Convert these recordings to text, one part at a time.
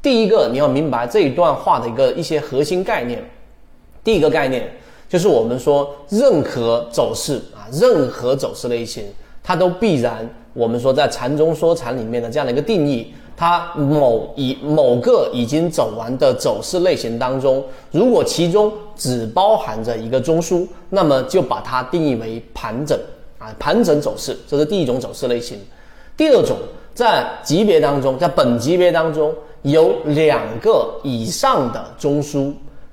第一个你要明白这一段话的一些核心概念。第一个概念就是我们说任何走势任何走势类型，它都必然我们说在禅中说禅里面的这样的一个定义，它某个已经走完的走势类型当中，如果其中只包含着一个中枢，那么就把它定义为盘整盘整走势，这是第一种走势类型。第二种，在级别当中，在本级别当中有2个以上的中枢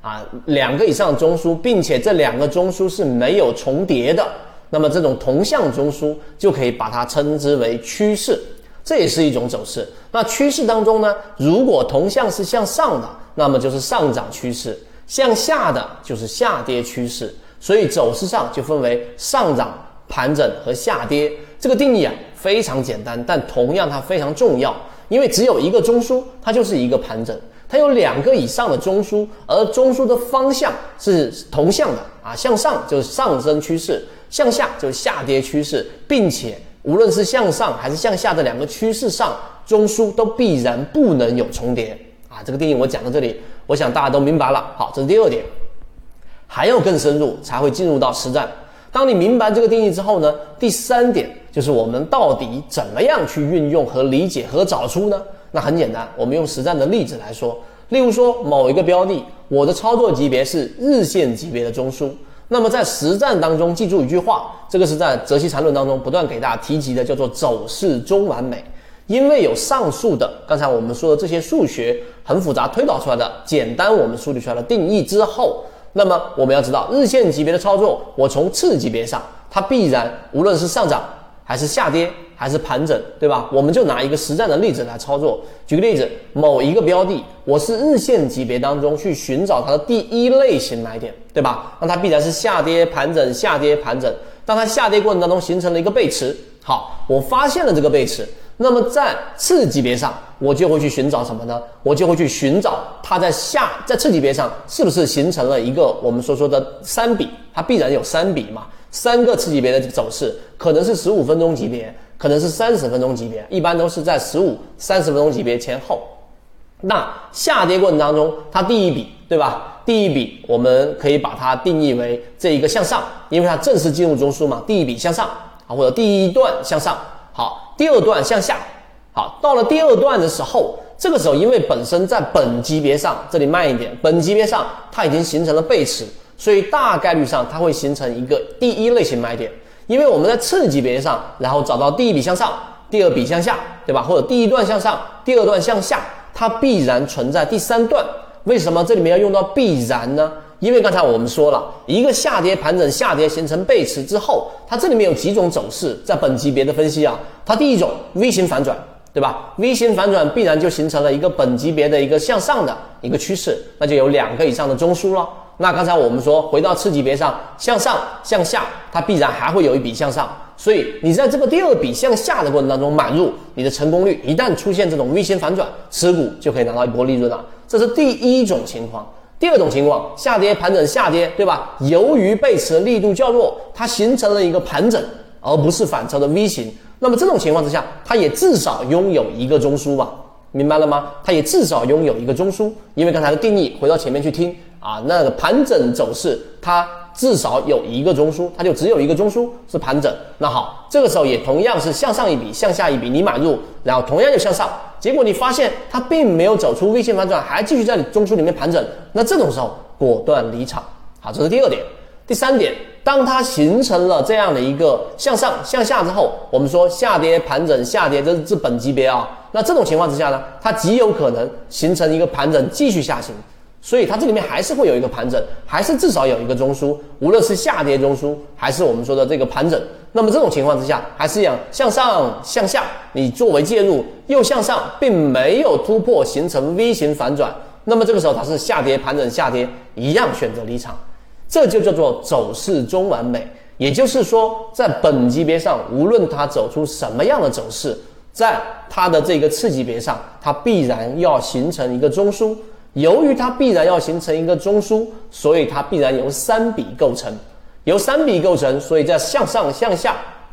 2个以上的中枢，并且这2个中枢是没有重叠的，那么这种同向中枢就可以把它称之为趋势，这也是一种走势。那趋势当中呢，如果同向是向上的，那么就是上涨趋势，向下的就是下跌趋势，所以走势上就分为上涨、盘整和下跌。这个定义非常简单，但同样它非常重要，因为只有一个中枢，它就是一个盘整。它有2个以上的中枢，而中枢的方向是同向的向上就是上升趋势，向下就是下跌趋势，并且无论是向上还是向下的2个趋势上，中枢都必然不能有重叠这个定义我讲到这里，我想大家都明白了。好，这是第2点。还要更深入才会进入到实战。当你明白这个定义之后呢，第3点就是我们到底怎么样去运用和理解和找出呢？那很简单，我们用实战的例子来说，例如说某一个标的，我的操作级别是日线级别的中枢，那么在实战当中记住一句话，这个是在泽西禅论当中不断给大家提及的，叫做走势中完美。因为有上述的刚才我们说的这些数学很复杂推导出来的简单我们梳理出来的定义之后，那么我们要知道日线级别的操作，我从次级别上它必然无论是上涨还是下跌还是盘整，对吧？我们就拿一个实战的例子来操作。举个例子，某一个标的，我是日线级别当中去寻找它的第1类型买点，对吧？那它必然是下跌盘整下跌盘整，当它下跌过程当中形成了一个背驰，好，我发现了这个背驰，那么在次级别上我就会去寻找什么呢？我就会去寻找它在次级别上是不是形成了一个我们所说的3比，它必然有3比嘛，3个次级别的走势，可能是15分钟级别，可能是30分钟级别，一般都是在15、30分钟级别前后。那下跌过程当中，它第1笔，对吧？第1笔我们可以把它定义为这一个向上，因为它正式进入中枢嘛，第1笔向上或者第1段向上。好，第2段向下。好，到了第2段的时候，这个时候因为本身在本级别上，这里慢一点，本级别上它已经形成了背驰，所以大概率上它会形成一个第1类型买点。因为我们在次级别上，然后找到第1笔向上，第2笔向下，对吧？或者第1段向上，第2段向下，它必然存在第3段。为什么这里面要用到必然呢？因为刚才我们说了，一个下跌盘整下跌形成背驰之后，它这里面有几种走势，在本级别的分析它第一种 V 型反转，对吧？ V 型反转必然就形成了一个本级别的一个向上的一个趋势，那就有2个以上的中枢了。那刚才我们说回到次级别上，向上向下，它必然还会有一笔向上，所以你在这个第2笔向下的过程当中买入，你的成功率一旦出现这种 V 型反转，持股就可以拿到一波利润了。这是第1种情况。第2种情况，下跌盘整下跌，对吧？由于背驰的力度较弱，它形成了一个盘整而不是反抽的 V 型，那么这种情况之下，它也至少拥有一个中枢吧，明白了吗？它也至少拥有一个中枢，因为刚才的定义回到前面去听那个盘整走势它至少有一个中枢，它就只有一个中枢是盘整。那好，这个时候也同样是向上1笔向下1笔你买入，然后同样就向上，结果你发现它并没有走出 V 型反转，还继续在你中枢里面盘整，那这种时候果断离场。好，这是第2点。第3点，当它形成了这样的一个向上向下之后，我们说下跌盘整下跌，这是本级别那这种情况之下呢，它极有可能形成一个盘整继续下行，所以它这里面还是会有一个盘整，还是至少有一个中枢，无论是下跌中枢还是我们说的这个盘整。那么这种情况之下，还是一样向上向下，你作为介入，又向上并没有突破形成 V 型反转，那么这个时候它是下跌盘整下跌，一样选择离场。这就叫做走势中完美。也就是说，在本级别上，无论它走出什么样的走势，在它的这个次级别上，它必然要形成一个中枢。由于它必然要形成一个中枢，所以它必然由3笔构成，由3笔构成，所以在向上向下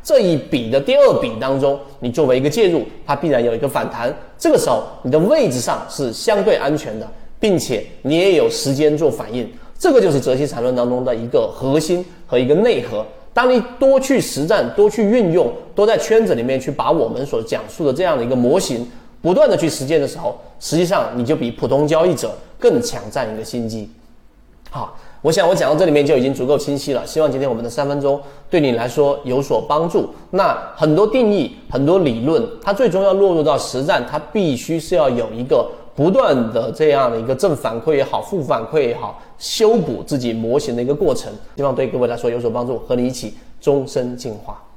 这一笔的第二笔当中，你作为一个介入，它必然有一个反弹，这个时候你的位置上是相对安全的，并且你也有时间做反应，这个就是择期缠论当中的一个核心和一个内核。当你多去实战，多去运用，多在圈子里面去把我们所讲述的这样的一个模型不断的去实践的时候，实际上你就比普通交易者更抢占一个先机。好，我想我讲到这里面就已经足够清晰了，希望今天我们的3分钟对你来说有所帮助。那很多定义，很多理论，它最终要落入到实战，它必须是要有一个不断的这样的一个正反馈也好，负反馈也好，修补自己模型的一个过程，希望对各位来说有所帮助，和你一起终身进化。